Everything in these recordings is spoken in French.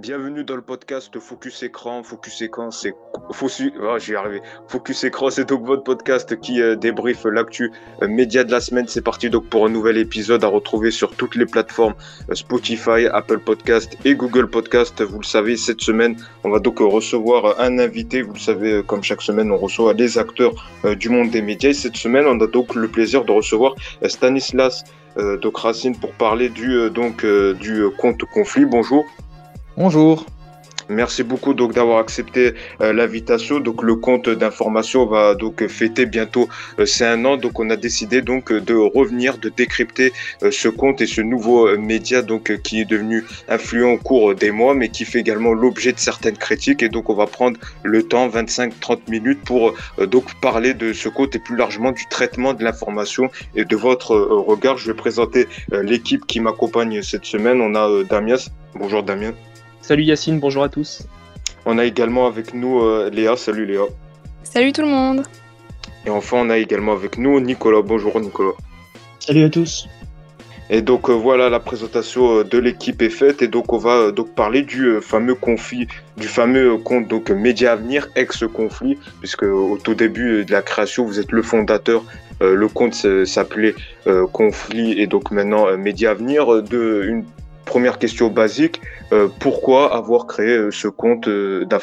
Bienvenue dans le podcast Focus Écran. Focus Écran, c'est j'y arrivé. Focus Écran, c'est donc votre podcast qui débriefe l'actu média de la semaine. C'est parti donc pour un nouvel épisode à retrouver sur toutes les plateformes Spotify, Apple Podcast et Google Podcast. Vous le savez, cette semaine, on va donc recevoir un invité. Vous le savez, comme chaque semaine, on reçoit les acteurs du monde des médias. Et cette semaine, on a donc le plaisir de recevoir Stanislas donc Racine pour parler du compte Conflit. Bonjour. Bonjour. Merci beaucoup donc d'avoir accepté l'invitation. Donc le compte d'information va donc fêter bientôt c'est un an. Donc on a décidé donc de revenir, de décrypter ce compte et ce nouveau média donc qui est devenu influent au cours des mois, mais qui fait également l'objet de certaines critiques. Et donc on va prendre le temps, 25-30 minutes, pour donc parler de ce compte et plus largement du traitement de l'information et de votre regard. Je vais présenter l'équipe qui m'accompagne cette semaine. On a Damien. Bonjour Damien. Salut Yacine, bonjour à tous. On a également avec nous Léa. Salut Léa. Salut tout le monde. Et enfin, on a également avec nous Nicolas. Bonjour Nicolas. Salut à tous. Et donc voilà, la présentation de l'équipe est faite. Et donc on va donc parler du fameux conflit, du fameux compte donc Média Avenir, ex-conflit, puisque au tout début de la création, vous êtes le fondateur. Le compte s'appelait Conflit et donc maintenant Média Avenir. Une première question basique, pourquoi avoir créé ce compte d'information ?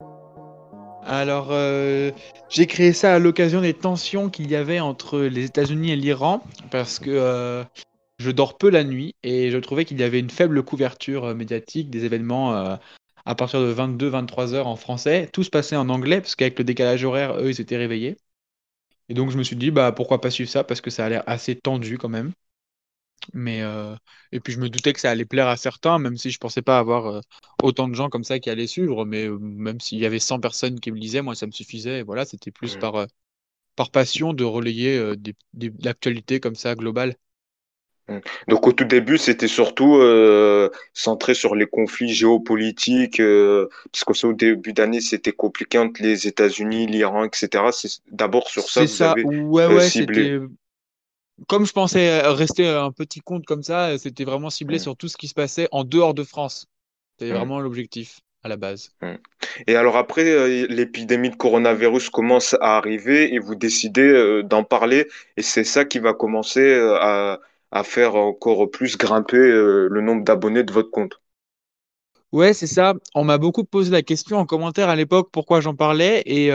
Alors, j'ai créé ça à l'occasion des tensions qu'il y avait entre les États-Unis et l'Iran, parce que je dors peu la nuit et je trouvais qu'il y avait une faible couverture médiatique des événements à partir de 22-23 heures en français. Tout se passait en anglais, parce qu'avec le décalage horaire, eux, ils étaient réveillés. Et donc, je me suis dit, bah, pourquoi pas suivre ça, parce que ça a l'air assez tendu quand même. Mais et puis je me doutais que ça allait plaire à certains, même si je pensais pas avoir autant de gens comme ça qui allaient suivre. Mais même s'il y avait 100 personnes qui me lisaient, moi ça me suffisait. Et voilà, c'était plus par passion de relayer de l'actualité comme ça globale. Donc au tout début, c'était surtout centré sur les conflits géopolitiques, parce qu'au début d'année, c'était compliqué entre les États-Unis, l'Iran, etc. C'est d'abord sur ça C'est que vous ça, avez ouais, ciblé. c'était. Comme je pensais rester un petit compte comme ça, c'était vraiment ciblé Mm, sur tout ce qui se passait en dehors de France. C'était mm, vraiment l'objectif à la base. mm. Et alors après, l'épidémie de coronavirus commence à arriver et vous décidez d'en parler, et c'est ça qui va commencer à faire encore plus grimper le nombre d'abonnés de votre compte. Ouais, c'est ça. On m'a beaucoup posé la question en commentaire à l'époque pourquoi j'en parlais et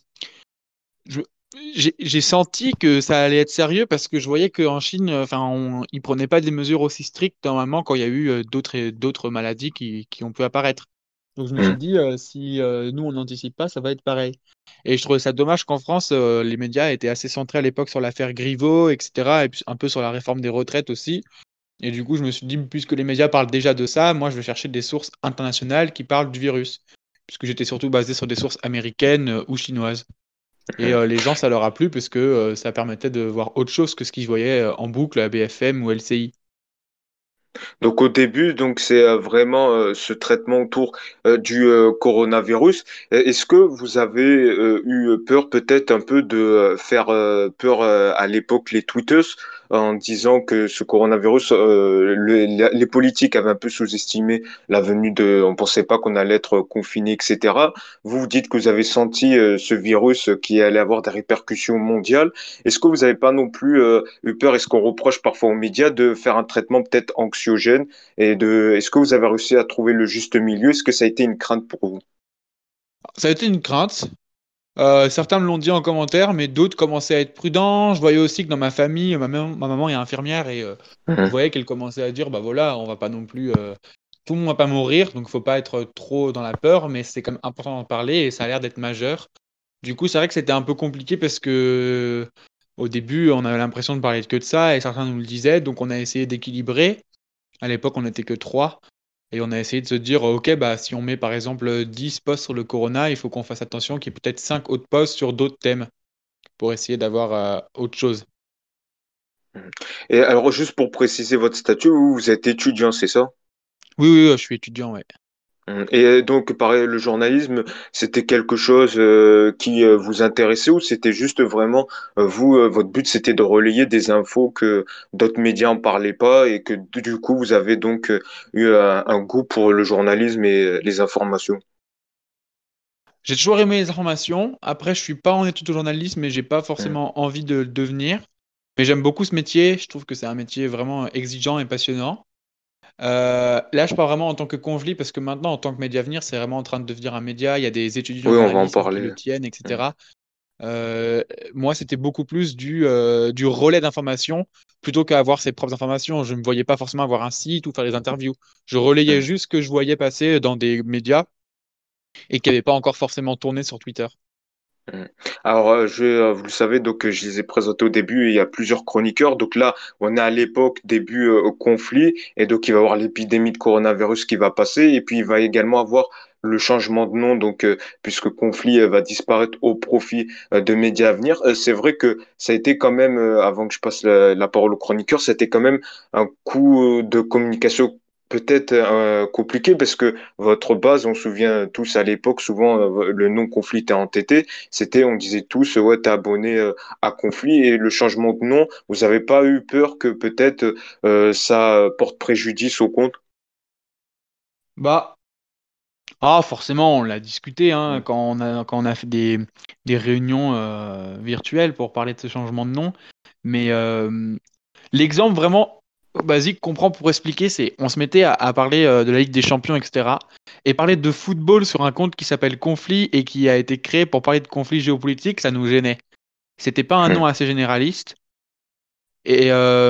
je- j'ai senti que ça allait être sérieux parce que je voyais qu'en Chine, enfin, ils prenaient pas des mesures aussi strictes normalement quand il y a eu d'autres maladies qui ont pu apparaître. Donc je me suis Mm. dit, si nous on n'anticipe pas, ça va être pareil. Et je trouvais ça dommage qu'en France, les médias étaient assez centrés à l'époque sur l'affaire Griveaux, etc. Et puis un peu sur la réforme des retraites aussi. Et du coup, je me suis dit, puisque les médias parlent déjà de ça, moi je vais chercher des sources internationales qui parlent du virus. Puisque j'étais surtout basé sur des sources américaines ou chinoises. Et les gens, ça leur a plu parce que ça permettait de voir autre chose que ce qu'ils voyaient en boucle à BFM ou LCI. Donc au début, donc c'est vraiment ce traitement autour du coronavirus. Est-ce que vous avez eu peur peut-être un peu de faire peur à l'époque les tweeters en disant que ce coronavirus, les politiques avaient un peu sous-estimé la venue on pensait pas qu'on allait être confiné, etc. Vous vous dites que vous avez senti ce virus qui allait avoir des répercussions mondiales. Est-ce que vous n'avez pas non plus eu peur? Est-ce qu'on reproche parfois aux médias de faire un traitement peut-être anxiogène est-ce que vous avez réussi à trouver le juste milieu? Est-ce que ça a été une crainte pour vous? Ça a été une crainte. Certains me l'ont dit en commentaire, mais d'autres commençaient à être prudents. Je voyais aussi que dans ma famille, ma maman est infirmière et je Mhm. voyais qu'elle commençait à dire, bah voilà, on va pas non plus, tout le monde va pas mourir, donc faut pas être trop dans la peur, mais c'est quand même important d'en parler et ça a l'air d'être majeur. Du coup, c'est vrai que c'était un peu compliqué parce que au début, on avait l'impression de parler que de ça et certains nous le disaient, donc on a essayé d'équilibrer. À l'époque, on n'était que trois. Et on a essayé de se dire, OK, bah, si on met par exemple 10 posts sur le corona, il faut qu'on fasse attention qu'il y ait peut-être 5 autres posts sur d'autres thèmes pour essayer d'avoir autre chose. Et alors, juste pour préciser votre statut, vous êtes étudiant, c'est ça? Oui, oui, je suis étudiant, ouais. Et donc, pareil, le journalisme, c'était quelque chose qui vous intéressait ou c'était juste vraiment, vous, votre but, c'était de relayer des infos que d'autres médias en parlaient pas et que du coup, vous avez donc eu un goût pour le journalisme et les informations. J'ai toujours aimé les informations. Après, je suis pas en études de journalisme et j'ai pas Mm. forcément envie de le devenir. Mais j'aime beaucoup ce métier. Je trouve que c'est un métier vraiment exigeant et passionnant. Là, je parle vraiment en tant que conflit parce que maintenant, en tant que média avenir, c'est vraiment en train de devenir un média. Il y a des étudiants en Oui, on va en journalisme qui parler. le tiennent, Mm. etc. Moi, c'était beaucoup plus du relais d'informations plutôt qu'à avoir ses propres informations. Je ne me voyais pas forcément avoir un site ou faire des interviews. Je relayais Mm. juste ce que je voyais passer dans des médias et qui n'avaient pas encore forcément tourné sur Twitter. Mm. Alors, vous le savez, donc je les ai présentés au début. Il y a plusieurs chroniqueurs. Donc là, on est à l'époque début au conflit, et donc il va y avoir l'épidémie de coronavirus qui va passer, et puis il va également avoir le changement de nom, donc puisque conflit va disparaître au profit de médias à venir. C'est vrai que ça a été quand même, avant que je passe la parole au chroniqueur, c'était quand même un coup de communication peut-être compliqué parce que votre base, on se souvient tous à l'époque, souvent le nom conflit était entêté. C'était, on disait tous, ouais, t'es abonné à Conflit et le changement de nom, vous n'avez pas eu peur que peut-être ça porte préjudice au compte? Bah, forcément, on l'a discuté hein, Mm. quand on a fait des réunions virtuelles pour parler de ce changement de nom. Mais l'exemple vraiment basique qu'on prend pour expliquer, c'est on se mettait à parler de la Ligue des Champions, etc. Et parler de football sur un compte qui s'appelle Conflit et qui a été créé pour parler de conflits géopolitiques, ça nous gênait. C'était pas un nom Mm. assez généraliste. Et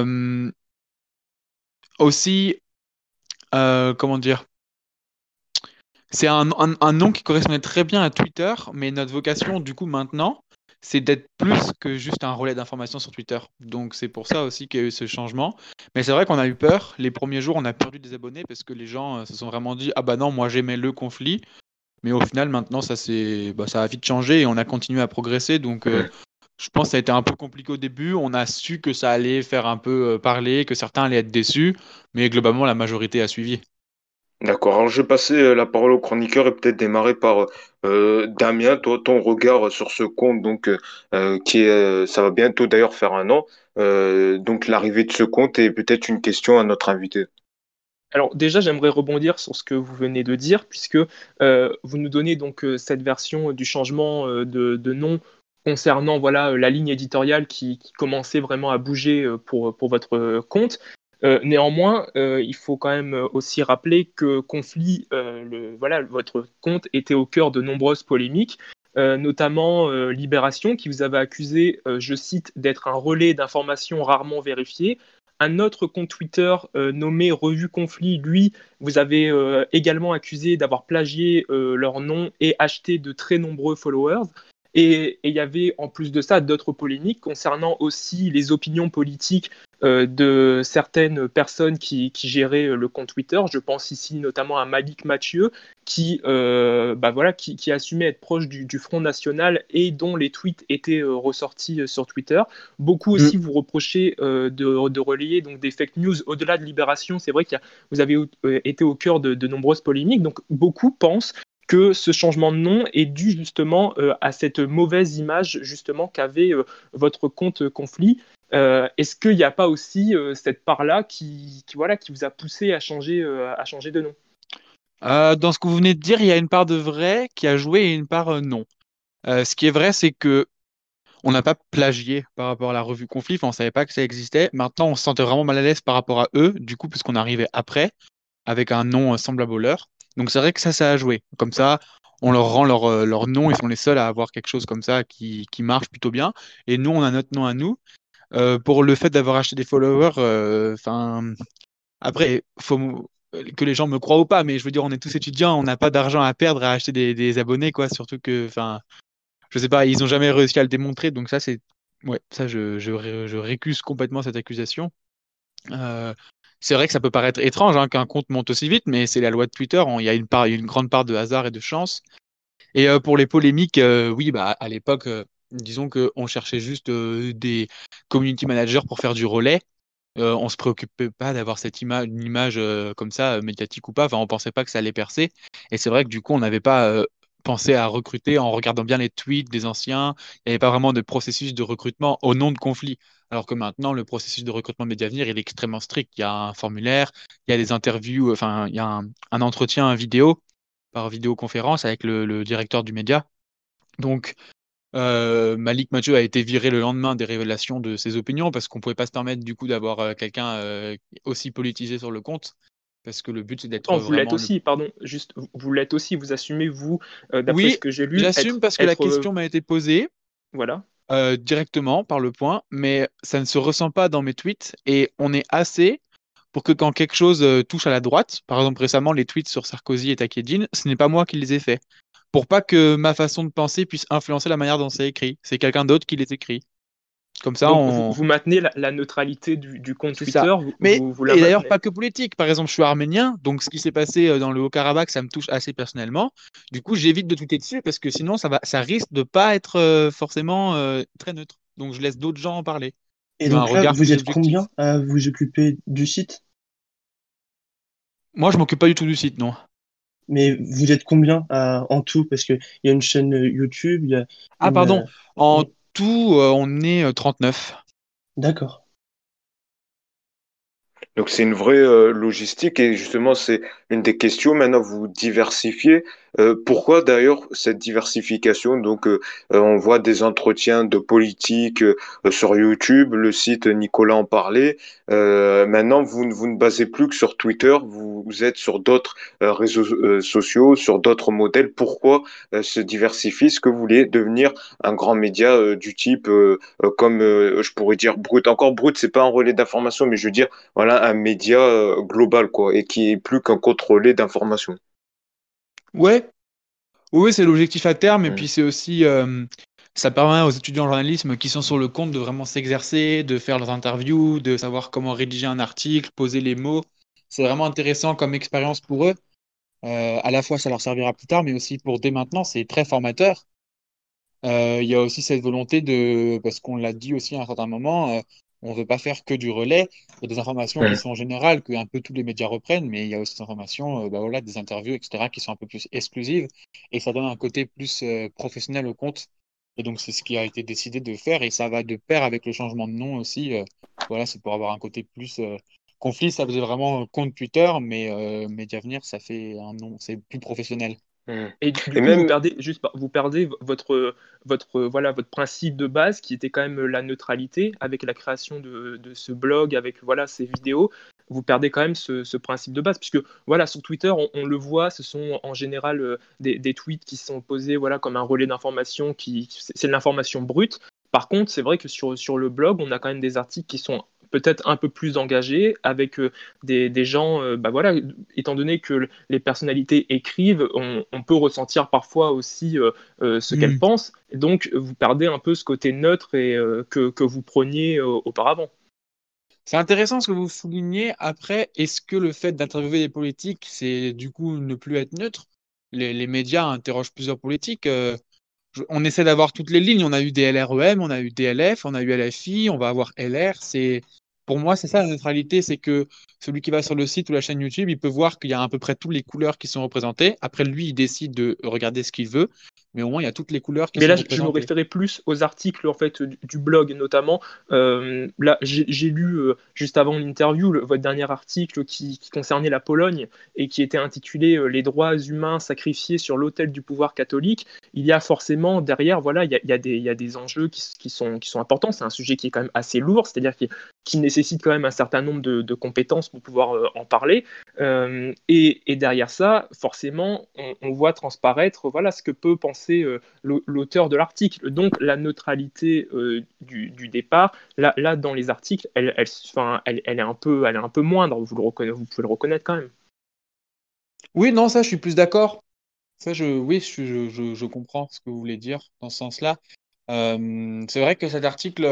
aussi, comment dire, c'est un nom qui correspondait très bien à Twitter, mais notre vocation, du coup, maintenant, c'est d'être plus que juste un relais d'information sur Twitter. Donc, c'est pour ça aussi qu'il y a eu ce changement. Mais c'est vrai qu'on a eu peur. Les premiers jours, on a perdu des abonnés parce que les gens se sont vraiment dit, ah bah non, moi j'aimais le conflit. Mais au final, maintenant, ça a vite changé et on a continué à progresser. Donc, Mm. je pense que ça a été un peu compliqué au début. On a su que ça allait faire un peu parler, que certains allaient être déçus. Mais globalement, la majorité a suivi. D'accord. Alors, je vais passer la parole au chroniqueur et peut-être démarrer par Damien, toi, ton regard sur ce compte, donc ça va bientôt d'ailleurs faire un an. Donc, l'arrivée de ce compte et peut-être une question à notre invité. Alors déjà, j'aimerais rebondir sur ce que vous venez de dire, puisque vous nous donnez donc cette version du changement de nom concernant voilà, la ligne éditoriale qui commençait vraiment à bouger pour votre compte. Néanmoins, il faut quand même aussi rappeler que Conflit, voilà, votre compte était au cœur de nombreuses polémiques, notamment Libération, qui vous avait accusé, je cite, d'être un relais d'informations rarement vérifiées. Un autre compte Twitter nommé Revue Conflit, lui, vous avez également accusé d'avoir plagié leur nom et acheté de très nombreux followers. Et il y avait en plus de ça d'autres polémiques concernant aussi les opinions politiques de certaines personnes qui géraient le compte Twitter. Je pense ici notamment à Malik Mathieu, qui assumait être proche du Front National et dont les tweets étaient ressortis sur Twitter. Beaucoup Mm. aussi vous reprochez de relayer donc, des fake news au-delà de Libération. C'est vrai que vous avez été au cœur de nombreuses polémiques. Donc beaucoup pensent que ce changement de nom est dû justement à cette mauvaise image justement qu'avait votre compte Conflit. Est-ce qu'il n'y a pas aussi cette part-là voilà, qui vous a poussé à changer de nom? Dans ce que vous venez de dire, il y a une part de vrai qui a joué et une part non. Ce qui est vrai, c'est que on n'a pas plagié par rapport à la revue Conflit, enfin, on savait pas que ça existait. Maintenant, on se sentait vraiment mal à l'aise par rapport à eux, du coup, puisqu'on arrivait après, avec un nom semblable au leur. Donc c'est vrai que ça a joué. Comme ça, on leur rend leur nom, ils sont les seuls à avoir quelque chose comme ça qui marche plutôt bien. Et nous, on a notre nom à nous. Pour le fait d'avoir acheté des followers, enfin, après, faut que les gens me croient ou pas, mais je veux dire, on est tous étudiants, on n'a pas d'argent à perdre à acheter des abonnés, quoi. Surtout que, enfin, je sais pas, ils ont jamais réussi à le démontrer, donc ça, ouais, ça, je récuse complètement cette accusation. Euh, c'est vrai que ça peut paraître étrange hein, qu'un compte monte aussi vite, mais c'est la loi de Twitter. Il y a il y a une grande part de hasard et de chance. Et pour les polémiques, oui, bah à l'époque, disons qu'on cherchait juste des community managers pour faire du relais. On se préoccupait pas d'avoir une image comme ça, médiatique ou pas. Enfin, on pensait pas que ça allait percer. Et c'est vrai que du coup, on n'avait pas pensé à recruter en regardant bien les tweets des anciens. Il n'y avait pas vraiment de processus de recrutement au nom de conflit. Alors que maintenant, le processus de recrutement de Mediavenir, il est extrêmement strict. Il y a un formulaire, il y a des interviews, enfin, il y a un entretien vidéo par vidéoconférence avec le directeur du média. Donc, Malik Mathieu a été viré le lendemain des révélations de ses opinions parce qu'on pouvait pas se permettre du coup d'avoir quelqu'un aussi politisé sur le compte parce que le but c'est d'être Pourtant, vous l'êtes vraiment le... aussi, pardon, juste, vous l'êtes aussi, vous assumez, vous, d'après ce Oui, que j'ai lu, j'assume parce que la question m'a été posée voilà. directement par le point, mais ça ne se ressent pas dans mes tweets et on est assez pour que quand quelque chose touche à la droite, par exemple récemment les tweets sur Sarkozy et Takedine, ce n'est pas moi qui les ai faits. Pour pas que ma façon de penser puisse influencer la manière dont c'est écrit. C'est quelqu'un d'autre qui les écrit. Comme ça, Donc, vous maintenez la neutralité du compte c'est ça. Twitter, Mais, vous la et d'ailleurs, maintenez. pas que politique. Par exemple, je suis arménien, donc ce qui s'est passé dans le Haut-Karabakh, ça me touche assez personnellement. Du coup, j'évite de tweeter dessus parce que sinon, ça risque de pas être forcément très neutre. Donc, je laisse d'autres gens en parler. Et J'ai un donc là, regard vous plus êtes objectif. combien à vous occuper du site? Moi, je m'occupe pas du tout du site, non. Mais vous êtes combien en tout? Parce qu'il y a une chaîne YouTube, il y a Ah, pardon. En oui, tout, on est 39. d'accord. Donc c'est une vraie logistique et justement c'est une des questions. Maintenant vous diversifiez. Pourquoi d'ailleurs cette diversification? Donc on voit des entretiens de politique sur YouTube, le site Nicolas en parlait. Maintenant vous ne basez plus que sur Twitter, vous êtes sur d'autres réseaux sociaux, sur d'autres modèles. Pourquoi se diversifier? Est-ce que vous voulez devenir un grand média du type comme je pourrais dire Brut? Encore Brut, c'est pas un relais d'information, mais je veux dire voilà, un média global, quoi, et qui est plus qu'un contrôlé d'information. Ouais, oui, c'est l'objectif à terme. Et Mm. puis, c'est aussi, ça permet aux étudiants en journalisme qui sont sur le compte de vraiment s'exercer, de faire leurs interviews, de savoir comment rédiger un article, poser les mots. C'est vraiment intéressant comme expérience pour eux. À la fois, ça leur servira plus tard, mais aussi pour dès maintenant, c'est très formateur. Il y a aussi cette volonté de, parce qu'on l'a dit aussi à un certain moment, on ne veut pas faire que du relais. Il y a des informations qui Mm. sont générales, que un peu tous les médias reprennent, mais il y a aussi des informations, bah voilà, des interviews, etc., qui sont un peu plus exclusives. Et ça donne un côté plus professionnel au compte. Et donc, c'est ce qui a été décidé de faire. Et ça va de pair avec le changement de nom aussi. Voilà, c'est pour avoir un côté plus... Conflit, ça faisait vraiment compte Twitter, mais Médiavenir, ça fait un nom, c'est plus professionnel. Mm. Et du Et coup, même, vous perdez votre principe de base qui était quand même la neutralité avec la création de ce blog, avec voilà, ces vidéos. Vous perdez quand même ce principe de base, puisque voilà, sur Twitter, on le voit, ce sont en général des tweets qui sont posés voilà, comme un relais d'information, c'est de l'information brute. Par contre, c'est vrai que sur le blog, on a quand même des articles qui sont peut-être un peu plus engagés, avec des gens, bah voilà, étant donné que les personnalités écrivent, on peut ressentir parfois aussi ce qu'elles pensent. Et donc, vous perdez un peu ce côté neutre et, que vous preniez auparavant. C'est intéressant ce que vous soulignez. Après, est-ce que le fait d'interviewer des politiques, c'est du coup ne plus être neutre? Les médias interrogent plusieurs politiques. On essaie d'avoir toutes les lignes. On a eu des LREM, on a eu des LF, on a eu LFI, on va avoir LR. Pour moi, c'est ça la neutralité, c'est que celui qui va sur le site ou la chaîne YouTube, il peut voir qu'il y a à peu près toutes les couleurs qui sont représentées. Après, lui, il décide de regarder ce qu'il veut, mais au moins, il y a toutes les couleurs qui Mais sont là, je me représentées. référais plus aux articles en fait du blog notamment. Là, j'ai lu juste avant l'interview votre dernier article qui concernait la Pologne et qui était intitulé Les droits humains sacrifiés sur l'autel du pouvoir catholique. Il y a forcément derrière, voilà, il y a des enjeux qui sont importants. C'est un sujet qui est quand même assez lourd, c'est-à-dire qui nécessite quand même un certain nombre de compétences pour pouvoir en parler. Et derrière ça, forcément, on voit transparaître voilà, ce que peut penser l'auteur de l'article. Donc la neutralité du départ, là, dans les articles, enfin, elle est un peu moindre, vous pouvez le reconnaître quand même. Oui, non, ça, je suis plus d'accord. Oui, je comprends ce que vous voulez dire dans ce sens-là. C'est vrai que cet article,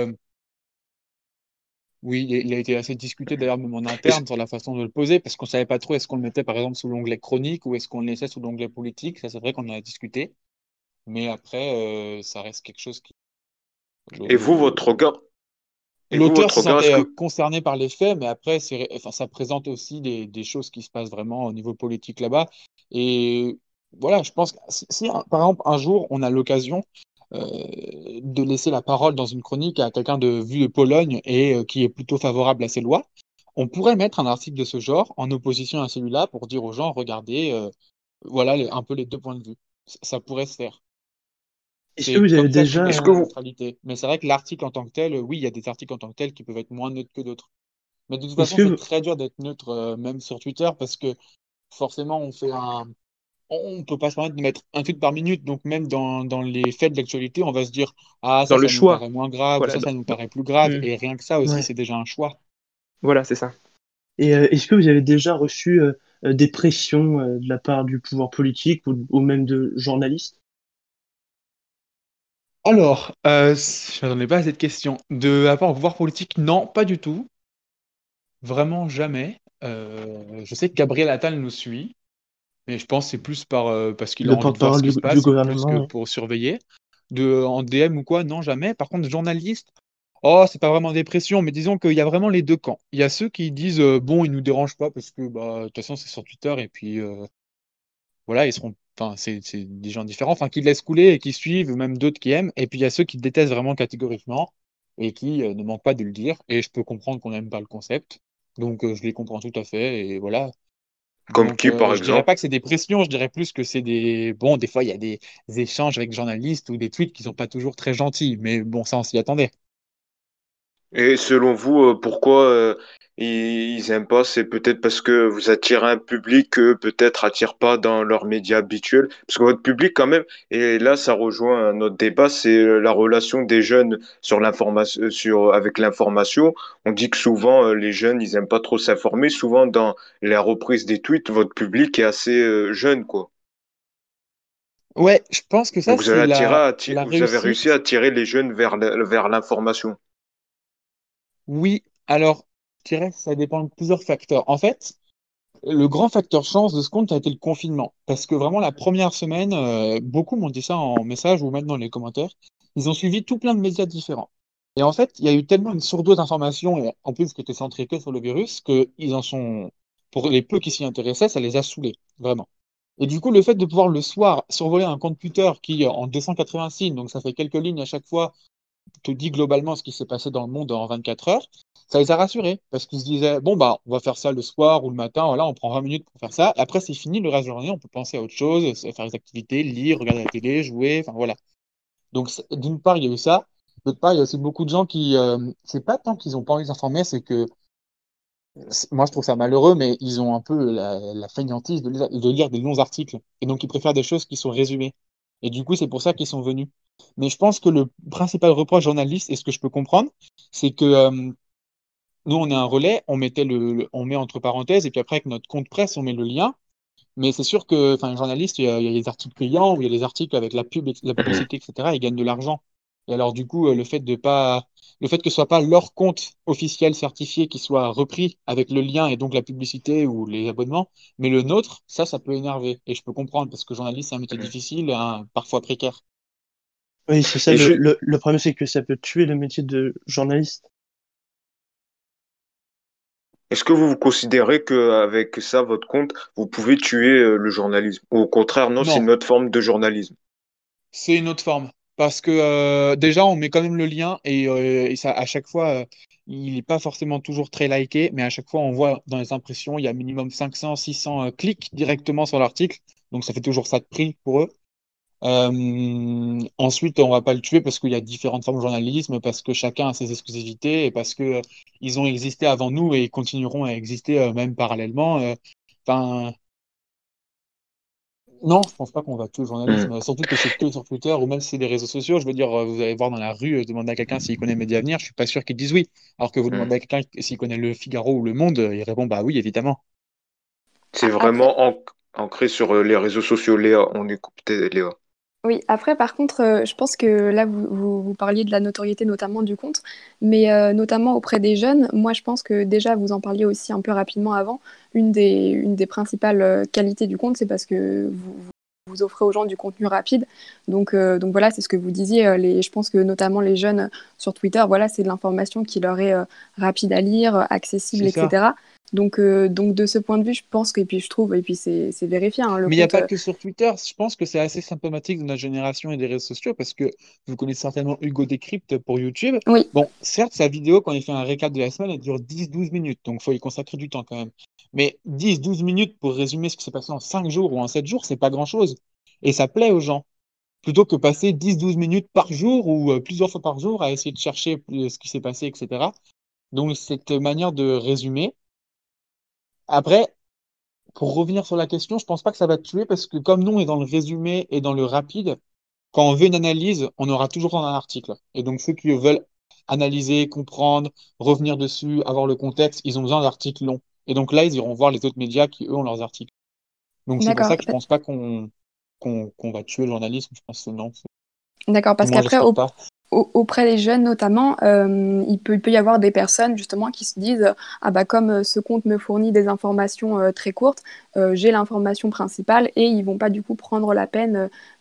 oui, il a été assez discuté d'ailleurs même en est-ce- interne sur la façon de le poser, parce qu'on savait pas trop est-ce qu'on le mettait par exemple sous l'onglet chronique ou est-ce qu'on le laissait sous l'onglet politique. Ça, c'est vrai qu'on en a discuté. Mais après, ça reste quelque chose qui... et vous, votre regard, Et vous, L'auteur votre se regard, est-ce sentait que... concerné par les faits, mais après, enfin, ça présente aussi des choses qui se passent vraiment au niveau politique là-bas. Et voilà, je pense que si, par exemple, un jour, on a l'occasion de laisser la parole dans une chronique à quelqu'un de vu de Pologne et qui est plutôt favorable à ces lois, on pourrait mettre un article de ce genre en opposition à celui-là pour dire aux gens, regardez, voilà un peu les deux points de vue. Ça pourrait se faire. Est-ce que C'est vous avez comme ça qu'on déjà, Est-ce gagne que en vous... neutralité. Mais c'est vrai que l'article en tant que tel, oui, il y a des articles en tant que tel qui peuvent être moins neutres que d'autres. Mais de toute est-ce façon, que c'est vous- très dur d'être neutre, même sur Twitter, parce que forcément, on peut pas se permettre de mettre un tweet par minute. Donc, même dans les faits de l'actualité, on va se dire, ah, Dans le ça nous choix. paraît moins grave, ou Voilà, ça nous paraît plus grave. Hmm. Et rien que ça aussi, ouais. c'est déjà un choix. Voilà, c'est ça. Et est-ce que vous avez déjà reçu des pressions de la part du pouvoir politique ou même de journalistes? Alors, je m'attendais pas à cette question. De la part au pouvoir politique, non, pas du tout. Vraiment jamais. Je sais que Gabriel Attal nous suit, mais je pense que c'est plus parce qu'il a Le envie de voir porte-parole ce qui se du passe, plus gouvernement, que oui. pour surveiller. En DM ou quoi, non, jamais. Par contre, journaliste, oh, c'est pas vraiment des pressions, mais disons qu'il y a vraiment les deux camps. Il y a ceux qui disent, bon, ils nous dérangent pas parce que, bah, de toute façon, c'est sur Twitter et puis, voilà, ils seront, enfin, c'est des gens différents, enfin, qui laissent couler et qui suivent, ou même d'autres qui aiment. Et puis, il y a ceux qui détestent vraiment catégoriquement et qui ne manquent pas de le dire. Et je peux comprendre qu'on n'aime pas le concept. Donc, je les comprends tout à fait. Et voilà. Comme Donc, qui, par je dirais exemple? pas que c'est des pressions, je dirais plus que c'est des. Bon, des fois, il y a des échanges avec journalistes ou des tweets qui sont pas toujours très gentils. Mais bon, ça, on s'y attendait. Et selon vous, pourquoi ils aiment pas? C'est peut-être parce que vous attirez un public que peut-être attire pas dans leurs médias habituels. Parce que votre public, quand même, et là, ça rejoint un autre débat, c'est la relation des jeunes sur l'information, avec l'information. On dit que souvent, les jeunes, ils aiment pas trop s'informer. Souvent, dans la reprise des tweets, votre public est assez jeune, quoi. Ouais, je pense que ça, Donc, c'est la vous avez réussi réussite. à attirer les jeunes vers l'information. Oui, alors, je dirais que ça dépend de plusieurs facteurs. En fait, le grand facteur chance de ce compte a été le confinement. Parce que vraiment, la première semaine, beaucoup m'ont dit ça en message ou même dans les commentaires, ils ont suivi tout plein de médias différents. Et en fait, il y a eu tellement une surdose d'informations, et en plus qui était centrée que sur le virus, qu'ils en sont, pour les peu qui s'y intéressaient, ça les a saoulés, vraiment. Et du coup, le fait de pouvoir le soir survoler un compte Twitter qui, en 280 signes, donc ça fait quelques lignes à chaque fois, te dit globalement ce qui s'est passé dans le monde en 24 heures, ça les a rassurés parce qu'ils se disaient, bon, bah, on va faire ça le soir ou le matin, voilà, on prend 20 minutes pour faire ça. Et après, c'est fini, le reste de la journée, on peut penser à autre chose, faire des activités, lire, regarder la télé, jouer, enfin voilà. Donc, d'une part, il y a eu ça. D'autre part, il y a aussi beaucoup de gens qui, c'est pas tant qu'ils n'ont pas envie de s'informer, c'est que moi, je trouve ça malheureux, mais ils ont un peu la fainéantise de lire des longs articles. Et donc, ils préfèrent des choses qui sont résumées. Et du coup, c'est pour ça qu'ils sont venus. Mais je pense que le principal reproche journaliste, et ce que je peux comprendre, c'est que nous, on est un relais, on mettait on met entre parenthèses, et puis après, avec notre compte presse, on met le lien. Mais c'est sûr que, enfin, un journaliste, il y a les articles payants, ou il y a les articles avec la pub, la publicité, etc. Ils gagnent de l'argent. Et alors, du coup, le fait que ce soit pas leur compte officiel certifié qui soit repris avec le lien et donc la publicité ou les abonnements, mais le nôtre, ça peut énerver. Et je peux comprendre parce que journaliste, c'est un métier difficile, hein, parfois précaire. Oui, c'est ça. Et Le problème, c'est que ça peut tuer le métier de journaliste. est-ce que vous vous considérez qu'avec ça, votre compte, vous pouvez tuer le journalisme? Ou au contraire, non, c'est Non, une autre forme de journalisme. c'est une autre forme. Parce que déjà, on met quand même le lien et ça, à chaque fois, il n'est pas forcément toujours très liké, mais à chaque fois, on voit dans les impressions, il y a minimum 500, 600 clics directement sur l'article. Donc, ça fait toujours ça de prix pour eux. Ensuite, on va pas le tuer parce qu'il y a différentes formes de journalisme, parce que chacun a ses exclusivités et parce que ils ont existé avant nous et ils continueront à exister même parallèlement. Enfin, non, je pense pas qu'on va tuer le Hmm. journalisme, surtout que c'est que sur Twitter ou même si c'est des réseaux sociaux. Je veux dire, vous allez voir dans la rue, demander à quelqu'un s'il connaît Médiavenir, je suis pas sûr qu'ils disent oui. Alors que vous Hmm. demandez à quelqu'un s'il connaît Le Figaro ou Le Monde, il répond bah oui, évidemment. C'est Après, vraiment ancré sur les réseaux sociaux. Léa, on écoute Léa. oui, après, par contre, je pense que là, vous parliez de la notoriété notamment du compte, mais notamment auprès des jeunes, moi, je pense que déjà, vous en parliez aussi un peu rapidement avant, une des principales qualités du compte, c'est parce que vous offrez aux gens du contenu rapide. Donc voilà, c'est ce que vous disiez. Je pense que notamment les jeunes sur Twitter, voilà, c'est de l'information qui leur est rapide à lire, accessible, C'est ça. etc. Donc de ce point de vue, je pense que, et puis je trouve, et puis c'est vérifié, hein, le Mais il n'y a compte. pas que sur Twitter. Je pense que c'est assez symptomatique de notre génération et des réseaux sociaux parce que vous connaissez certainement Hugo Décrypte pour YouTube. Oui, Bon, certes, sa vidéo, quand il fait un récap de la semaine, elle dure 10-12 minutes. Donc, il faut y consacrer du temps quand même. Mais 10-12 minutes pour résumer ce qui s'est passé en 5 jours ou en 7 jours, c'est pas grand-chose. Et ça plaît aux gens. Plutôt que passer 10-12 minutes par jour ou plusieurs fois par jour à essayer de chercher ce qui s'est passé, etc. Donc, cette manière de résumer. Après, pour revenir sur la question, je pense pas que ça va te tuer parce que comme nous, on est dans le résumé et dans le rapide, quand on veut une analyse, on aura toujours un article. Et donc, ceux qui veulent analyser, comprendre, revenir dessus, avoir le contexte, ils ont besoin d'articles longs. Et donc là, ils iront voir les autres médias qui, eux, ont leurs articles. Donc, c'est pour d'accord. ça que je pense pas qu'on va tuer le journalisme. Je pense que non. D'accord, Du parce moins, qu'après, j'espère pas. auprès des jeunes notamment, il peut y avoir des personnes justement qui se disent ah bah comme ce compte me fournit des informations très courtes, j'ai l'information principale et ils vont pas du coup prendre la peine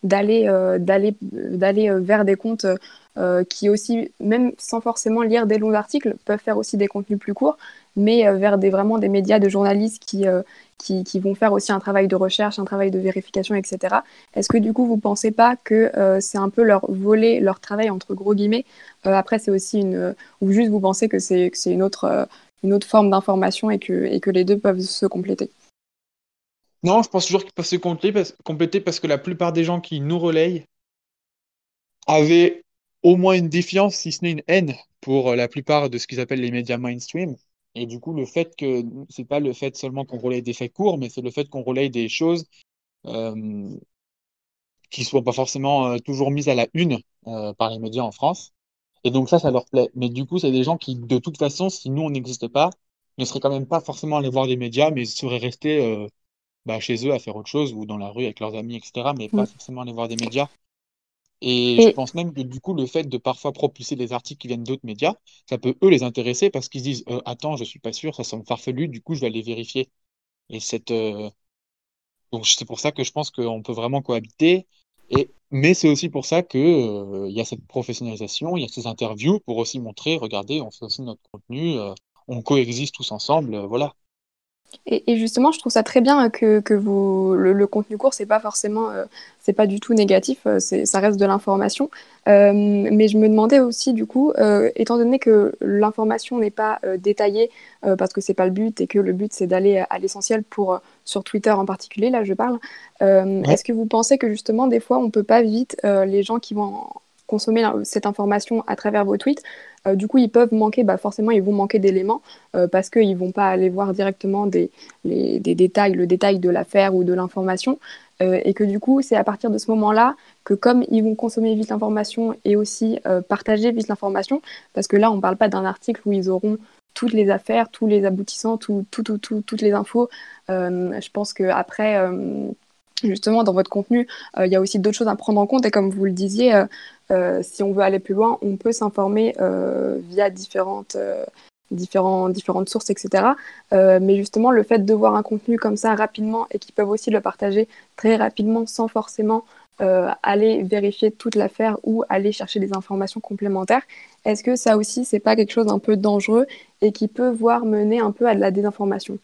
d'aller vers des comptes qui aussi, même sans forcément lire des longs articles, peuvent faire aussi des contenus plus courts, mais vers vraiment des médias de journalistes qui vont faire aussi un travail de recherche, un travail de vérification, etc. Est-ce que du coup, vous ne pensez pas que c'est un peu leur voler leur travail, entre gros guillemets? Après, c'est aussi ou juste vous pensez que c'est une autre forme d'information et que les deux peuvent se compléter? Non, je pense toujours qu'ils peuvent se compléter parce que la plupart des gens qui nous relayent avaient au moins une défiance, si ce n'est une haine, pour la plupart de ce qu'ils appellent les médias mainstream. Et du coup, le fait que c'est pas le fait seulement qu'on relaye des faits courts, mais c'est le fait qu'on relaye des choses euh, qui soient pas forcément toujours mises à la une par les médias en France. Et donc ça leur plaît. Mais du coup, c'est des gens qui, de toute façon, si nous, on n'existait pas, ne seraient quand même pas forcément allés voir des médias, mais seraient restés chez eux à faire autre chose ou dans la rue avec leurs amis, etc., mais Mm. pas forcément aller voir des médias. Et je Et pense même que du coup, le fait de parfois propulser des articles qui viennent d'autres médias, ça peut eux les intéresser parce qu'ils se disent attends, je suis pas sûr, ça semble farfelu, du coup, je vais aller vérifier. Et donc, c'est pour ça que je pense qu'on peut vraiment cohabiter. Mais c'est aussi pour ça que, il y a cette professionnalisation, il y a ces interviews pour aussi montrer, regardez, on fait aussi notre contenu, on coexiste tous ensemble, voilà. Et justement, je trouve ça très bien que le contenu court, c'est pas du tout négatif, ça reste de l'information. Mais je me demandais aussi, du coup, étant donné que l'information n'est pas détaillée, parce que c'est pas le but, et que le but c'est d'aller à l'essentiel sur Twitter en particulier, là je parle, Ouais. est-ce que vous pensez que justement, des fois, on peut pas vite, les gens qui vont consommer cette information à travers vos tweets, du coup, ils peuvent manquer, bah forcément, ils vont manquer d'éléments parce qu'ils vont pas aller voir directement des détails, le détail de l'affaire ou de l'information. Et que du coup, c'est à partir de ce moment-là que comme ils vont consommer vite l'information et aussi partager vite l'information, parce que là, on ne parle pas d'un article où ils auront toutes les affaires, tous les aboutissants, toutes les infos. Je pense qu'après, justement, dans votre contenu, il y a aussi d'autres choses à prendre en compte. Et comme vous le disiez, si on veut aller plus loin, on peut s'informer via différentes sources, etc. Mais justement, le fait de voir un contenu comme ça rapidement et qu'ils peuvent aussi le partager très rapidement sans forcément aller vérifier toute l'affaire ou aller chercher des informations complémentaires, est-ce que ça aussi, c'est pas quelque chose d'un peu dangereux et qui peut voir mener un peu à de la désinformation?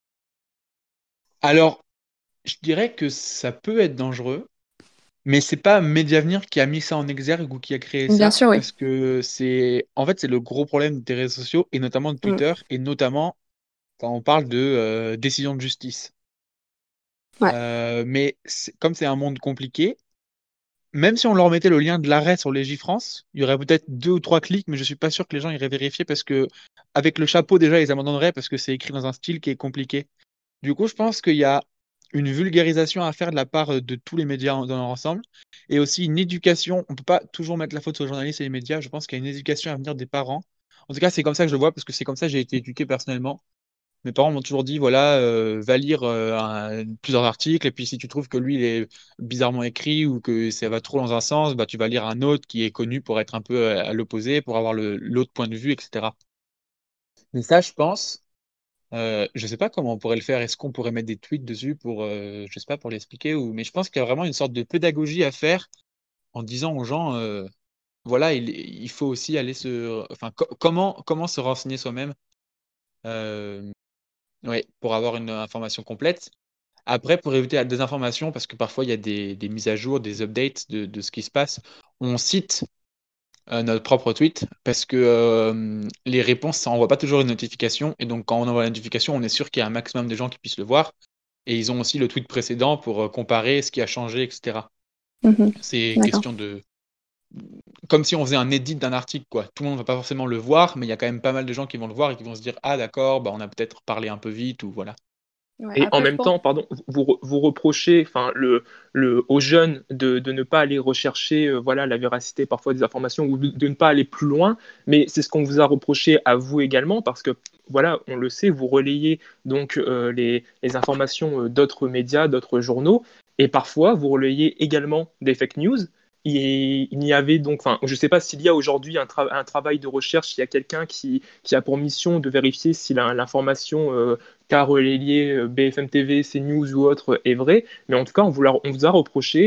Alors, je dirais que ça peut être dangereux, mais c'est pas Mediavenir qui a mis ça en exergue ou qui a créé Bien ça, sûr, oui. parce que c'est le gros problème des réseaux sociaux et notamment de Mm. Twitter et notamment quand on parle de décision de justice. Ouais. Mais comme c'est un monde compliqué, même si on leur mettait le lien de l'arrêt sur Légifrance, il y aurait peut-être 2 ou 3 clics, mais je suis pas sûr que les gens iraient vérifier parce que avec le chapeau déjà ils abandonneraient parce que c'est écrit dans un style qui est compliqué. Du coup, je pense qu'il y a une vulgarisation à faire de la part de tous les médias dans leur ensemble et aussi une éducation. On peut pas toujours mettre la faute sur les journalistes et les médias. Je pense qu'il y a une éducation à venir des parents. En tout cas, c'est comme ça que je le vois parce que c'est comme ça que j'ai été éduqué personnellement. Mes parents m'ont toujours dit, voilà, va lire plusieurs articles, et puis si tu trouves que lui, il est bizarrement écrit ou que ça va trop dans un sens, bah, tu vas lire un autre qui est connu pour être un peu à l'opposé, pour avoir l'autre point de vue, etc. Mais ça, je pense, Je sais pas comment on pourrait le faire. Est-ce qu'on pourrait mettre des tweets dessus pour, je sais pas, pour l'expliquer mais je pense qu'il y a vraiment une sorte de pédagogie à faire en disant aux gens, voilà, il faut aussi aller enfin, comment se renseigner soi-même, euh, ouais, pour avoir une information complète. Après, pour éviter la désinformation, parce que parfois il y a des mises à jour, des updates de ce qui se passe, on cite notre propre tweet parce que les réponses, ça envoie pas toujours une notification. Et donc, quand on envoie la notification, on est sûr qu'il y a un maximum de gens qui puissent le voir. Et ils ont aussi le tweet précédent pour comparer ce qui a changé, etc. Mhm. C'est D'accord. question de. Comme si on faisait un edit d'un article, quoi. Tout le monde va pas forcément le voir, mais il y a quand même pas mal de gens qui vont le voir et qui vont se dire ah, d'accord, bah, on a peut-être parlé un peu vite ou voilà. Ouais, Et en après, je même pense. temps, pardon, vous reprochez, enfin, aux jeunes de ne pas aller rechercher, voilà, la véracité parfois des informations ou de ne pas aller plus loin. Mais c'est ce qu'on vous a reproché à vous également, parce que, voilà, on le sait, vous relayez donc les informations d'autres médias, d'autres journaux, et parfois vous relayez également des fake news. Et il y avait donc, enfin, je ne sais pas s'il y a aujourd'hui un travail de recherche, il y a quelqu'un qui a pour mission de vérifier si l'information qu'a relayé BFM TV, CNews ou autre est vrai, mais en tout cas, on vous a reproché,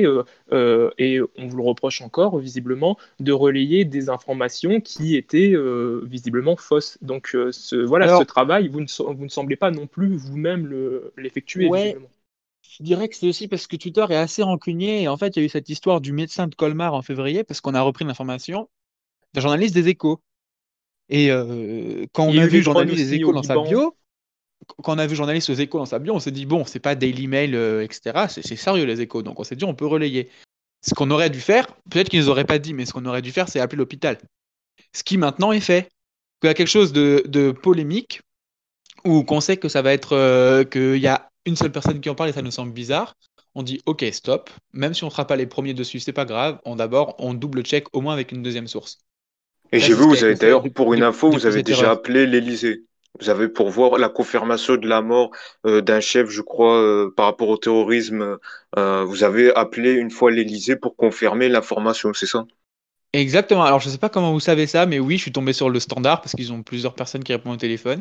et on vous le reproche encore, visiblement, de relayer des informations qui étaient visiblement fausses. Donc, voilà, ce Alors, travail, vous ne semblez pas non plus vous-même l'effectuer, ouais, visiblement. je dirais que c'est aussi parce que Twitter est assez rancunier. Et en fait, il y a eu cette histoire du médecin de Colmar en février, parce qu'on a repris l'information d'un journaliste des Échos. Et quand Il on y a a eu vu les drones journaliste des aussi au Échos dans sa Liban. bio, quand on a vu journaliste aux Échos dans sa bio, on s'est dit, bon, c'est pas Daily Mail, etc. C'est sérieux les Échos. Donc on s'est dit, on peut relayer. Ce qu'on aurait dû faire, peut-être qu'ils nous auraient pas dit, mais ce qu'on aurait dû faire, c'est appeler l'hôpital. Ce qui maintenant est fait. Qu'il y a quelque chose de polémique, ou qu'on sait que ça va être, qu'il y a une seule personne qui en parle et ça nous semble bizarre, on dit, ok, stop. Même si on ne sera pas les premiers dessus, c'est pas grave. On double-check au moins avec une deuxième source. Et Ça, j'ai c'est vu, ce qui a vous été avez fait d'ailleurs, pour une info, vous depuis avez cette déjà erreur. appelé l'Élysée. Vous avez pour voir la confirmation de la mort d'un chef, je crois, par rapport au terrorisme. Vous avez appelé une fois l'Élysée pour confirmer l'information, c'est ça? Exactement. Alors, je sais pas comment vous savez ça, mais oui, je suis tombé sur le standard parce qu'ils ont plusieurs personnes qui répondent au téléphone.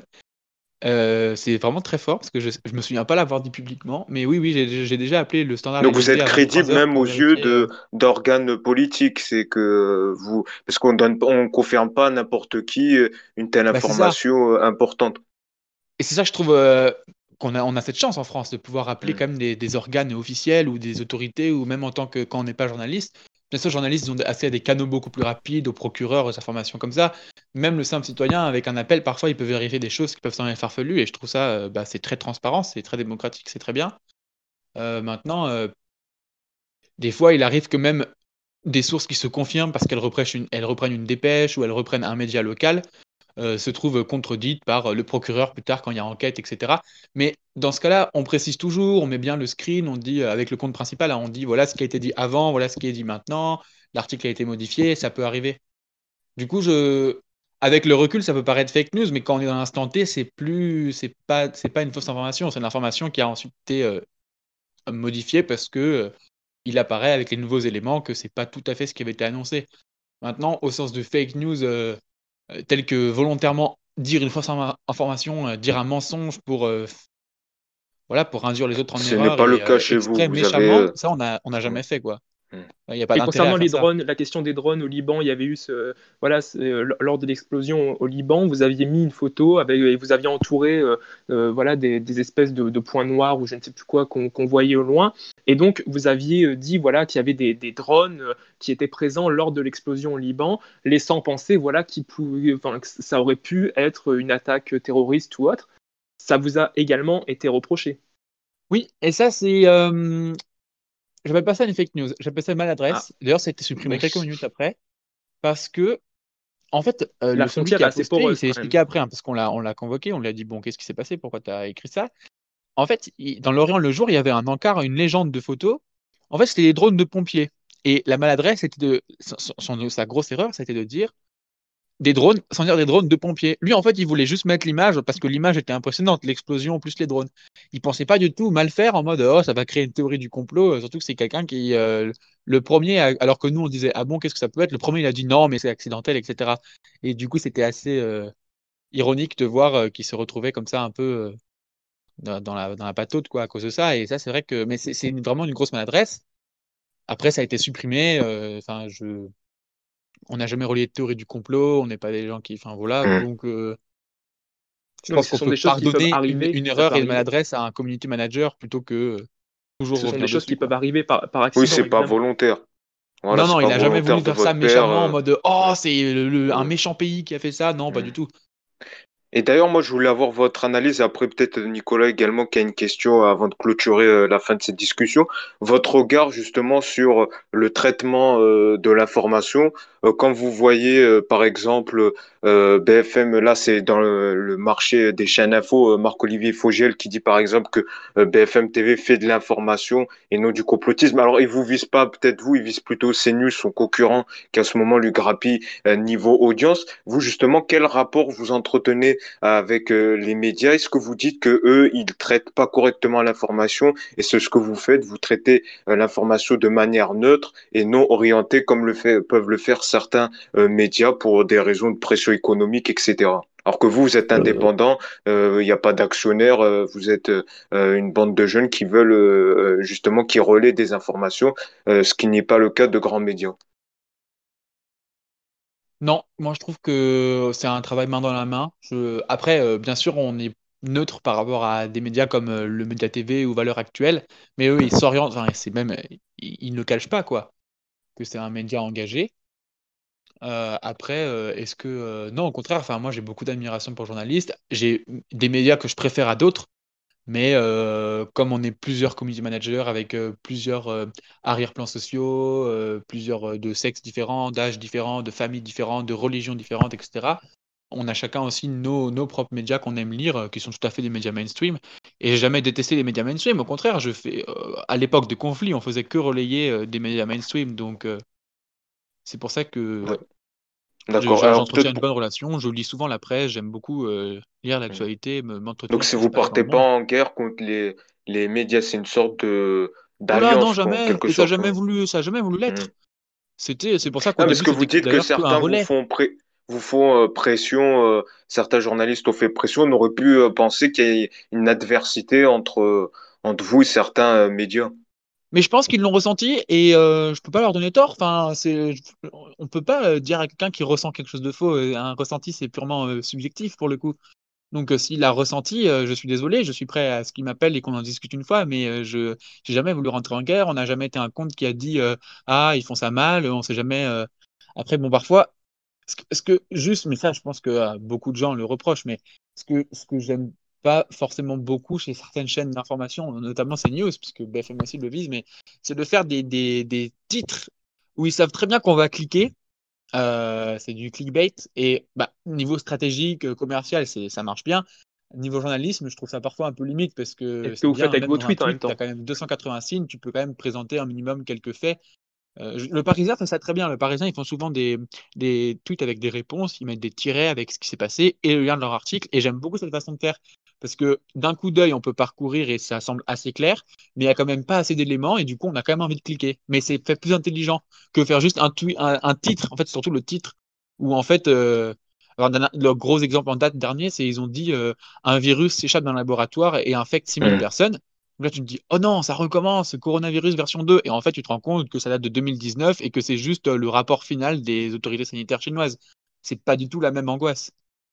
C'est vraiment très fort parce que je me souviens pas l'avoir dit publiquement, mais oui, oui, j'ai déjà appelé le standard Donc vous l'Élysée êtes à crédible 23 heures même pour aux yeux vérifier. de d'organes politiques, c'est que vous, parce qu'on donne, on confirme pas à n'importe qui une telle Bah, c'est ça. information importante. Et c'est ça que je trouve on a cette chance en France de pouvoir appeler Mm. quand même des organes officiels ou des autorités ou même en tant que quand on n'est pas journaliste. Bien sûr, journalistes, ils ont accès à des canaux beaucoup plus rapides, aux procureurs, aux informations comme ça. Même le simple citoyen, avec un appel, parfois, il peut vérifier des choses qui peuvent sembler farfelues et je trouve ça, bah, c'est très transparent, c'est très démocratique, c'est très bien. Maintenant, des fois, il arrive que même des sources qui se confirment parce elles reprennent une dépêche ou elles reprennent un média local se trouvent contredites par le procureur plus tard quand il y a enquête, etc. Mais dans ce cas-là, on précise toujours, on met bien le screen, on dit avec le compte principal, hein, on dit voilà ce qui a été dit avant, voilà ce qui est dit maintenant, l'article a été modifié, ça peut arriver. Du coup, avec le recul, ça peut paraître fake news, mais quand on est dans l'instant T, c'est pas une fausse information, c'est une information qui a ensuite été modifiée parce que il apparaît avec les nouveaux éléments que c'est pas tout à fait ce qui avait été annoncé. Maintenant, au sens de fake news, tel que volontairement dire une fausse information, dire un mensonge pour, voilà, pour induire les autres en Ce n'est erreur pas le et cas chez vous. exprès Vous avez, méchamment, ça, on n'a mm, jamais fait, quoi. mm. Il n'y a pas Et d'intérêt à concernant faire les ça. drones, la question des drones au Liban, il y avait eu voilà, lors de l'explosion au Liban, vous aviez mis une photo et vous aviez entouré voilà, des espèces de points noirs ou je ne sais plus quoi qu'on voyait au loin. Et donc, vous aviez dit voilà, qu'il y avait des drones qui étaient présents lors de l'explosion au Liban, laissant penser voilà, enfin, que ça aurait pu être une attaque terroriste ou autre. Ça vous a également été reproché. Oui, et ça, j'appelle pas ça une fake news, j'appelle ça une Ah, maladresse. D'ailleurs, ça a été supprimé bon. quelques minutes après, parce que, en fait, La celui frontière qui est a assez posté, il poreuse s'est quand même. expliqué après, hein, parce on l'a convoqué, on lui a dit, bon, qu'est-ce qui s'est passé, pourquoi tu as écrit ça? En fait, dans l'Orient le jour, il y avait un encart, une légende de photos. En fait, c'était des drones de pompiers. Et la maladresse, c'était sa grosse erreur, c'était de dire des drones, sans dire des drones de pompiers. Lui, en fait, il voulait juste mettre l'image parce que l'image était impressionnante, l'explosion plus les drones. Il pensait pas du tout mal faire en mode oh, ça va créer une théorie du complot, surtout que c'est quelqu'un qui, le premier, alors que nous, on disait ah bon, qu'est-ce que ça peut être? Le premier, il a dit non, mais c'est accidentel, etc. Et du coup, c'était assez. ironique de voir qu'ils se retrouvaient comme ça un peu dans la patote, quoi, à cause de ça. Et ça, c'est vrai que. Mais c'est vraiment une grosse maladresse. Après, ça a été supprimé. Enfin, on n'a jamais relié de théorie du complot. On n'est pas des gens qui. Enfin, voilà. Mm. Donc, je Non, mais pense ce qu'on sont peut des choses qui peuvent pardonner arriver, une ça peut erreur et une arriver. maladresse à un community manager plutôt que toujours Ce sont des revenir choses dessus, qui peuvent quoi. arriver par Oui, accident, c'est pas évidemment. volontaire. Voilà, Non, c'est non, pas il a jamais volontaire voulu de faire ça votre père. méchamment en mode oh, c'est un Mm. méchant pays qui a fait ça. Non, pas du Mm. tout. Et d'ailleurs, moi, je voulais avoir votre analyse, et après peut-être Nicolas également qui a une question avant de clôturer la fin de cette discussion. Votre regard justement sur le traitement de l'information. Quand vous voyez, par exemple, BFM, là c'est dans le marché des chaînes info, Marc-Olivier Fogiel qui dit par exemple que BFM TV fait de l'information et non du complotisme. Alors, il vous vise pas, peut-être vous, il vise plutôt CNews, son concurrent, qui à ce moment lui grappille niveau audience. Vous, justement, quel rapport vous entretenez avec les médias? Est-ce que vous dites que eux, ils traitent pas correctement l'information et c'est ce que vous faites, vous traitez l'information de manière neutre et non orientée comme peuvent le faire certains médias pour des raisons de pression économique, etc. Alors que vous êtes Euh, indépendant, il n'y a pas d'actionnaire, vous êtes une bande de jeunes qui veulent justement qui relaient des informations, ce qui n'est pas le cas de grands médias. Non, moi je trouve que c'est un travail main dans la main. Après, bien sûr, on est neutre par rapport à des médias comme le Média TV ou Valeurs Actuelles, mais eux, ils s'orientent, enfin, c'est même, ils ne le cachent pas, quoi, que c'est un média engagé. Après, est-ce que. Non, au contraire, enfin, moi j'ai beaucoup d'admiration pour les journalistes. J'ai des médias que je préfère à d'autres. Mais comme on est plusieurs community managers avec plusieurs arrière-plans sociaux, plusieurs de sexes différents, d'âges différents, de familles différentes, de religions différentes, etc., on a chacun aussi nos propres médias qu'on aime lire, qui sont tout à fait des médias mainstream. Et j'ai jamais détesté les médias mainstream. Au contraire, à l'époque de conflit, on faisait que relayer des médias mainstream. Donc c'est pour ça que ouais, D'accord. Alors j'entretiens peut-être une bonne relation. Je lis souvent la presse. J'aime beaucoup lire l'actualité, donc m'entretenir sur si ce qui vous se passe dans partez le pas monde. en guerre contre les médias, c'est une sorte de Oh là, non, d'alliance quoi, en jamais. quelque Et sorte. Ouais. ça a jamais voulu Hmm. l'être. C'est pour ça qu'au Non, mais ce début, que vous c'était dites que d'ailleurs que un certains relais. vous font pression, certains journalistes ont fait pression, on aurait pu penser qu'il y ait une adversité entre vous et certains médias. Mais je pense qu'ils l'ont ressenti et je peux pas leur donner tort. Enfin, on peut pas dire à quelqu'un qui ressent quelque chose de faux. Un ressenti, c'est purement subjectif pour le coup. Donc, s'il a ressenti, je suis désolé, je suis prêt à ce qu'il m'appelle et qu'on en discute une fois, mais j'ai jamais voulu rentrer en guerre. On n'a jamais été un compte qui a dit ah, ils font ça mal, on sait jamais. Après, bon, parfois, juste, mais ça, je pense que beaucoup de gens le reprochent, mais ce que j'aime pas forcément beaucoup chez certaines chaînes d'information, notamment CNews, puisque BFM aussi le vise, mais c'est de faire des titres où ils savent très bien qu'on va cliquer. C'est du clickbait et bah, niveau stratégique, commercial, ça marche bien. Niveau journalisme, je trouve ça parfois un peu limite parce Et que ce que c'est vous faites bien, avec même vos dans un tweets en même tweet, tu as temps. quand même 280 signes, tu peux quand même présenter un minimum quelques faits. Le Parisien fait ça très bien. Le Parisien, ils font souvent des tweets avec des réponses, ils mettent des tirets avec ce qui s'est passé et le lien de leur article. Et j'aime beaucoup cette façon de faire parce que d'un coup d'œil, on peut parcourir et ça semble assez clair, mais il n'y a quand même pas assez d'éléments et du coup, on a quand même envie de cliquer. Mais c'est fait plus intelligent que faire juste un titre, en fait, surtout le titre, où en fait, alors, le gros exemple en date dernier, c'est ils ont dit un virus s'échappe d'un laboratoire et infecte 6000 Hmm. personnes. Donc là, tu te dis, oh non, ça recommence, coronavirus version 2. Et en fait, tu te rends compte que ça date de 2019 et que c'est juste le rapport final des autorités sanitaires chinoises. C'est pas du tout la même angoisse.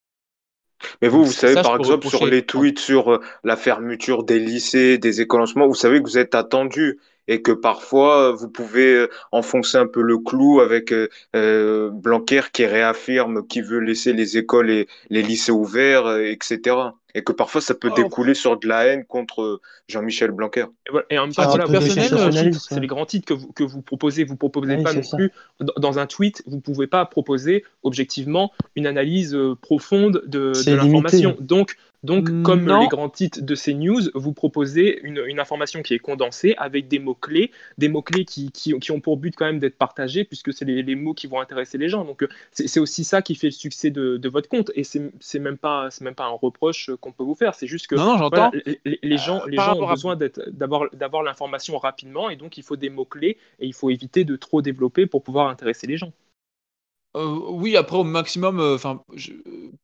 Mais Donc vous savez, ça, je par peux exemple, sur reprocher. les tweets sur la fermeture des lycées, des écoles en ce moment, vous savez que vous êtes attendu et que parfois vous pouvez enfoncer un peu le clou avec Blanquer qui réaffirme qu'il veut laisser les écoles et les lycées ouverts, etc. Et que parfois ça peut Oh, découler sur de la haine contre Jean-Michel Blanquer. Et en même temps, à à voilà, titre titre de c'est les personnel, grands titres, sensationnalisme. c'est les grands titres que vous proposez. Vous proposez Oui, pas c'est non ça. plus dans un tweet, vous pouvez pas proposer objectivement une analyse profonde de C'est limité. l'information. Donc, comme les non. grands titres de ces news, vous proposez une information qui est condensée avec des mots-clés qui ont pour but quand même d'être partagés, puisque c'est les mots qui vont intéresser les gens. Donc, c'est aussi ça qui fait le succès de votre compte. Et c'est même pas un reproche qu'on peut vous faire. C'est juste que Non, non, voilà, j'entends. Par les gens ont rapport à. besoin d'avoir l'information rapidement et donc il faut des mots-clés et il faut éviter de trop développer pour pouvoir intéresser les gens. Oui, après, au maximum, enfin,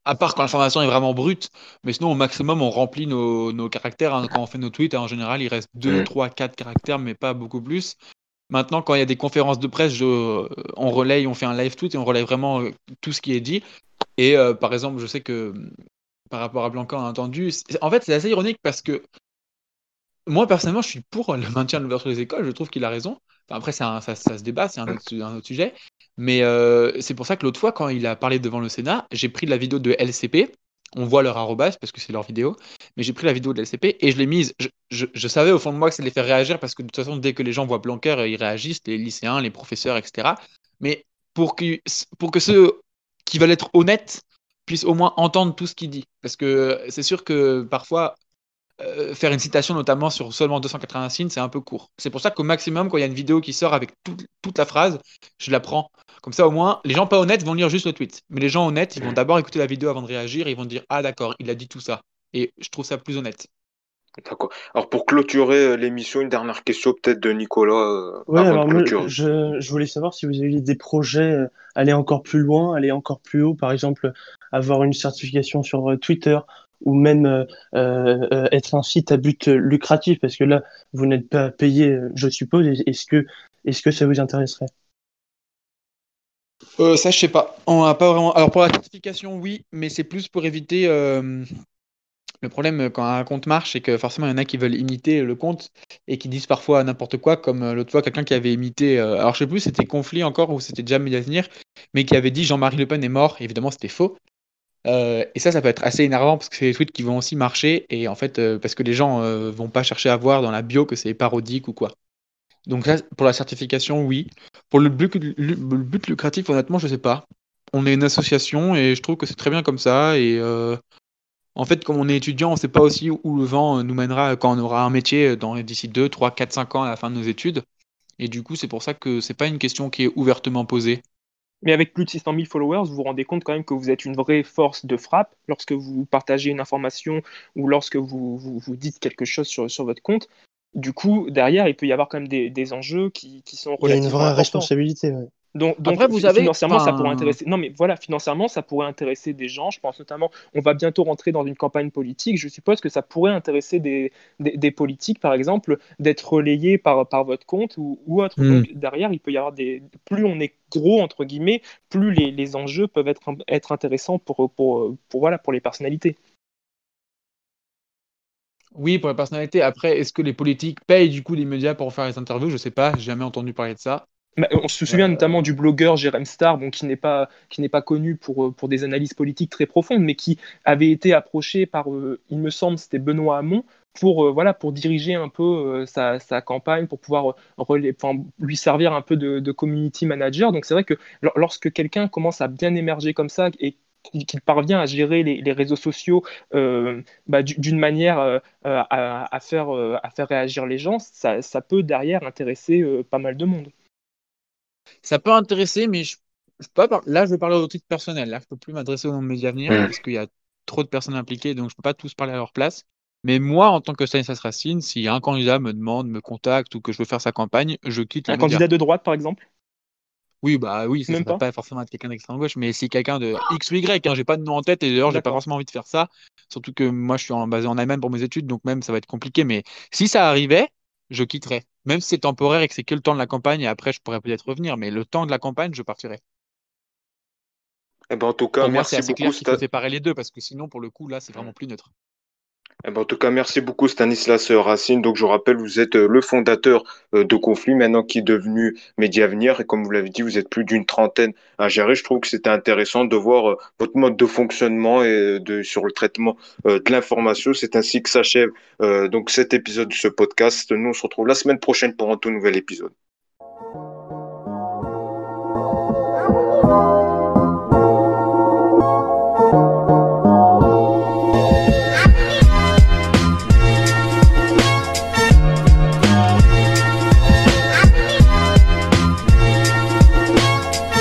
À part quand l'information est vraiment brute, mais sinon, au maximum, on remplit nos caractères. Hein. Quand on fait nos tweets, en général, il reste 2, Mm. 3, 4 caractères, mais pas beaucoup plus. Maintenant, quand il y a des conférences de presse, on relaye, on fait un live tweet et on relaye vraiment tout ce qui est dit. Et par exemple, je sais que par rapport à Blanca, on a entendu. En fait, c'est assez ironique parce que moi, personnellement, je suis pour le maintien de l'ouverture des écoles. Je trouve qu'il a raison. Enfin, après, ça se débat, c'est un autre sujet. Mais c'est pour ça que l'autre fois, quand il a parlé devant le Sénat, j'ai pris la vidéo de LCP. On voit leur arrobas parce que c'est leur vidéo. Mais j'ai pris la vidéo de LCP et je l'ai mise. Je savais au fond de moi que ça les fait réagir parce que de toute façon, dès que les gens voient Blanquer, ils réagissent, les lycéens, les professeurs, etc. Mais pour que ceux qui veulent être honnêtes puissent au moins entendre tout ce qu'il dit. Parce que c'est sûr que parfois, faire une citation notamment sur seulement 280 signes, c'est un peu court. C'est pour ça qu'au maximum, quand il y a une vidéo qui sort avec toute la phrase, je la prends. Comme ça, au moins, les gens pas honnêtes vont lire juste le tweet. Mais les gens honnêtes, ils vont d'abord écouter la vidéo avant de réagir et ils vont dire ah d'accord, il a dit tout ça. Et je trouve ça plus honnête. D'accord. Alors pour clôturer l'émission, une dernière question peut-être de Nicolas Ouais, avant de alors moi, clôturer. je voulais savoir si vous aviez des projets, aller encore plus loin, aller encore plus haut, par exemple, avoir une certification sur Twitter ou même être un site à but lucratif, parce que là, vous n'êtes pas payé, je suppose. Est-ce que ça vous intéresserait? Ça, je sais pas. On a pas vraiment. Alors pour la certification, oui, mais c'est plus pour éviter. Le problème quand un compte marche, c'est que forcément, il y en a qui veulent imiter le compte et qui disent parfois n'importe quoi, comme l'autre fois, quelqu'un qui avait imité. Alors je sais plus, c'était Conflit encore ou c'était déjà Médiavenir, mais qui avait dit Jean-Marie Le Pen est mort. Évidemment, c'était faux. Et ça peut être assez énervant parce que c'est des tweets qui vont aussi marcher et en fait, parce que les gens vont pas chercher à voir dans la bio que c'est parodique ou quoi. Donc ça, pour la certification, oui. Pour le but lucratif, honnêtement, je sais pas. On est une association et je trouve que c'est très bien comme ça. Et en fait, comme on est étudiant, on sait pas aussi où le vent nous mènera quand on aura un métier d'ici 2, 3, 4, 5 ans à la fin de nos études. Et du coup, c'est pour ça que c'est pas une question qui est ouvertement posée. Mais avec plus de 600 000 followers, vous vous rendez compte quand même que vous êtes une vraie force de frappe lorsque vous partagez une information ou lorsque vous dites quelque chose sur votre compte. Du coup, derrière, il peut y avoir quand même des enjeux qui sont Il y a une relativement vraie importants. responsabilité, ouais. Donc Après, vous savez, financièrement, ça pourrait enfin, intéresser. Non, mais voilà, financièrement, ça pourrait intéresser des gens. Je pense notamment, on va bientôt rentrer dans une campagne politique. Je suppose que ça pourrait intéresser des politiques, par exemple, d'être relayés par votre compte ou autre. hmm. Donc derrière, il peut y avoir des. Plus on est gros entre guillemets, plus les enjeux peuvent être intéressants voilà pour les personnalités. Oui, pour la personnalité. Après, est-ce que les politiques payent du coup les médias pour faire les interviews? Je sais pas, j'ai jamais entendu parler de ça. Bah, on se souvient notamment du blogueur Jérém Star, bon, qui n'est pas connu pour des analyses politiques très profondes, mais qui avait été approché par, il me semble, c'était Benoît Hamon, voilà, pour diriger un peu sa campagne, pour pouvoir enfin, lui servir un peu de community manager. Donc c'est vrai que lorsque quelqu'un commence à bien émerger comme ça et qu'il parvient à gérer les réseaux sociaux d'une manière à faire réagir les gens, ça peut derrière intéresser pas mal de monde. Ça peut intéresser, mais je peux pas là, je vais parler au titre personnel. Là, je peux plus m'adresser au nom de mes avenirs Mm. parce qu'il y a trop de personnes impliquées, donc je peux pas tous parler à leur place. Mais moi, en tant que Stanislas Racine, si un candidat me demande, me contacte ou que je veux faire sa campagne, je quitte les Un médias. candidat de droite, par exemple? Oui, bah oui, ça Même va pas? pas forcément être quelqu'un d'extrême gauche, mais si quelqu'un de X ou Y, hein, j'ai pas de nom en tête et d'ailleurs, j'ai pas D'accord. forcément envie de faire ça. Surtout que moi, je suis basé en Allemagne pour mes études, donc même ça va être compliqué. Mais si ça arrivait, je quitterais. Même si c'est temporaire et que c'est que le temps de la campagne, et après, je pourrais peut-être revenir, mais le temps de la campagne, je partirais. Eh ben, en tout cas, Pour moi, c'est merci assez beaucoup, clair qu'il faut séparer les deux parce que sinon, pour le coup, là, c'est vraiment plus neutre. Eh ben, en tout cas, merci beaucoup Stanislas Racine. Donc, je rappelle, vous êtes le fondateur de Conflit, maintenant qui est devenu Médiavenir. Et comme vous l'avez dit, vous êtes plus d'une trentaine à gérer. Je trouve que c'était intéressant de voir votre mode de fonctionnement et sur le traitement de l'information. C'est ainsi que s'achève donc cet épisode de ce podcast. Nous, on se retrouve la semaine prochaine pour un tout nouvel épisode.